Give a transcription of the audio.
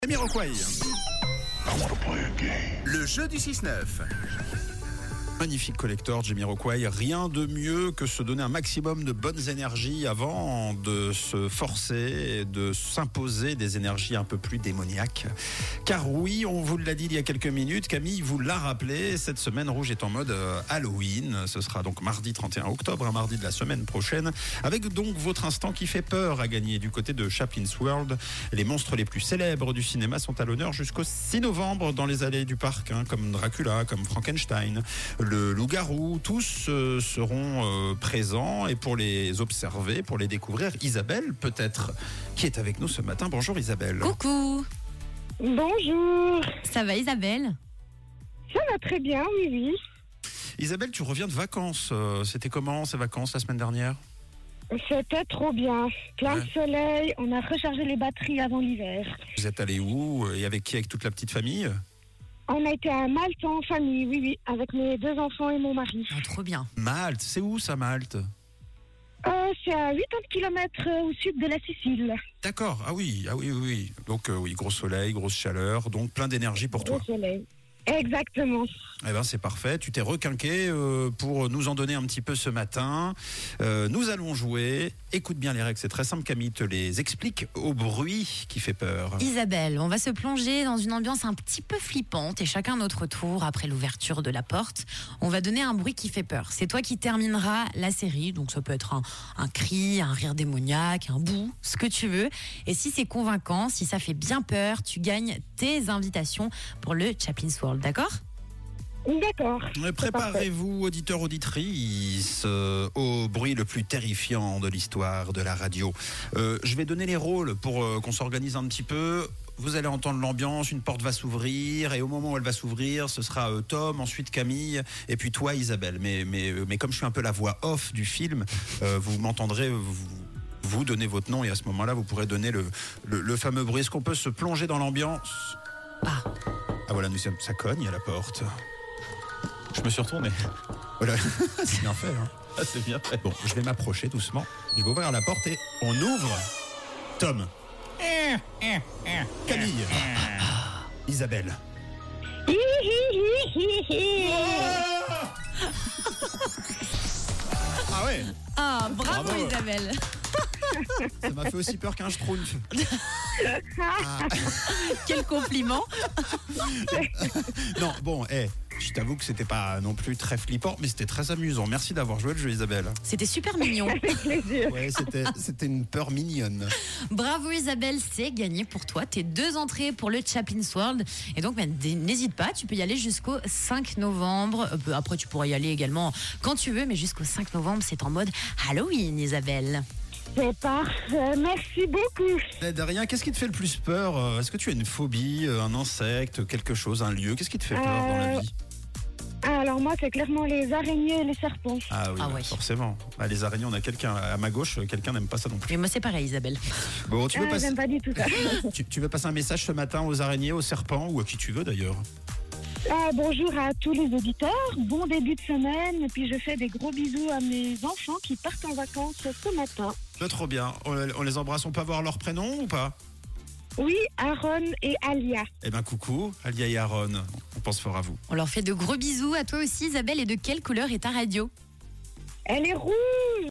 Jamiroquai. Le jeu du 6-9. Magnifique collector Jamiroquai, rien de mieux que se donner un maximum de bonnes énergies avant de se forcer et de s'imposer des énergies un peu plus démoniaques. Car oui, on vous l'a dit il y a quelques minutes, Camille vous l'a rappelé, cette semaine rouge est en mode Halloween. Ce sera donc mardi 31 octobre, un mardi de la semaine prochaine, avec donc votre instant qui fait peur à gagner du côté de Chaplin's World. Les monstres les plus célèbres du cinéma sont à l'honneur jusqu'au 6 novembre dans les allées du parc, comme Dracula, comme Frankenstein, le loup-garou, tous seront présents, et pour les observer, pour les découvrir, Isabelle peut-être, qui est avec nous ce matin. Bonjour Isabelle. Coucou. Bonjour. Ça va Isabelle? Ça va très bien, oui. Isabelle, tu reviens de vacances. C'était comment ces vacances la semaine dernière? C'était trop bien. Plein de soleil, on a rechargé les batteries avant l'hiver. Vous êtes allé où et avec qui? Avec toute la petite famille? On a été à Malte en famille, oui, avec mes 2 enfants et mon mari. Oh, trop bien. Malte, c'est où ça, Malte? C'est à 80 km au sud de la Sicile. D'accord, ah oui. Donc oui, gros soleil, grosse chaleur, donc plein d'énergie pour toi. Au soleil. Exactement. Eh ben c'est parfait, tu t'es requinqué pour nous en donner un petit peu ce matin. Nous allons jouer. Écoute bien les règles, c'est très simple, Camille te les explique au bruit qui fait peur. Isabelle, on va se plonger dans une ambiance un petit peu flippante et chacun notre tour, après l'ouverture de la porte, on va donner un bruit qui fait peur. C'est toi qui termineras la série, donc ça peut être un cri, un rire démoniaque, un bout, ce que tu veux. Et si c'est convaincant, si ça fait bien peur, tu gagnes tes invitations pour le Chaplin's World, d'accord ? D'accord. Préparez-vous, auditeurs, auditrices, au bruit le plus terrifiant de l'histoire de la radio. Je vais donner les rôles pour qu'on s'organise un petit peu. Vous allez entendre l'ambiance, une porte va s'ouvrir, et au moment où elle va s'ouvrir, ce sera Tom, ensuite Camille, et puis toi, Isabelle. Mais comme je suis un peu la voix off du film, vous m'entendrez... Vous donnez votre nom, et à ce moment-là, vous pourrez donner le fameux bruit. Est-ce qu'on peut se plonger dans l'ambiance ? Ah voilà, ça cogne à la porte. Je me suis retourné. Voilà, c'est bien fait. Ah, c'est bien fait. Bon, je vais m'approcher doucement. Je vais ouvrir la porte et on ouvre. Tom. Camille. Isabelle. Ah ouais. Ah, bravo Isabelle. Ça m'a fait aussi peur qu'un schtroumpf. Quel compliment. Non, bon, je t'avoue que c'était pas non plus très flippant, mais c'était très amusant. Merci d'avoir joué le jeu, Isabelle. C'était super mignon. Avec plaisir. Ouais, c'était une peur mignonne. Bravo Isabelle, c'est gagné pour toi. Tes 2 entrées pour le Chaplin's World. Et donc, n'hésite pas, tu peux y aller jusqu'au 5 novembre. Après, tu pourras y aller également quand tu veux, mais jusqu'au 5 novembre, c'est en mode Halloween, Isabelle. C'est parfait, merci beaucoup. De rien, qu'est-ce qui te fait le plus peur? Est-ce que tu as une phobie, un insecte, quelque chose, un lieu? Qu'est-ce qui te fait peur dans la vie? Alors moi, c'est clairement les araignées et les serpents. Ah oui, ouais. Forcément. Les araignées, on a quelqu'un à ma gauche, quelqu'un n'aime pas ça non plus. Et moi, c'est pareil, Isabelle. Bon, tu veux passer... J'aime pas du tout ça. tu veux passer un message ce matin aux araignées, aux serpents, ou à qui tu veux d'ailleurs? Bonjour à tous les auditeurs, bon début de semaine, et puis je fais des gros bisous à mes enfants qui partent en vacances ce matin. Trop bien, on les embrasse, on peut avoir leur prénom ou pas? Oui, Aaron et Alia. Eh ben coucou, Alia et Aaron, on pense fort à vous. On leur fait de gros bisous à toi aussi, Isabelle. Et de quelle couleur est ta radio? Elle est rouge.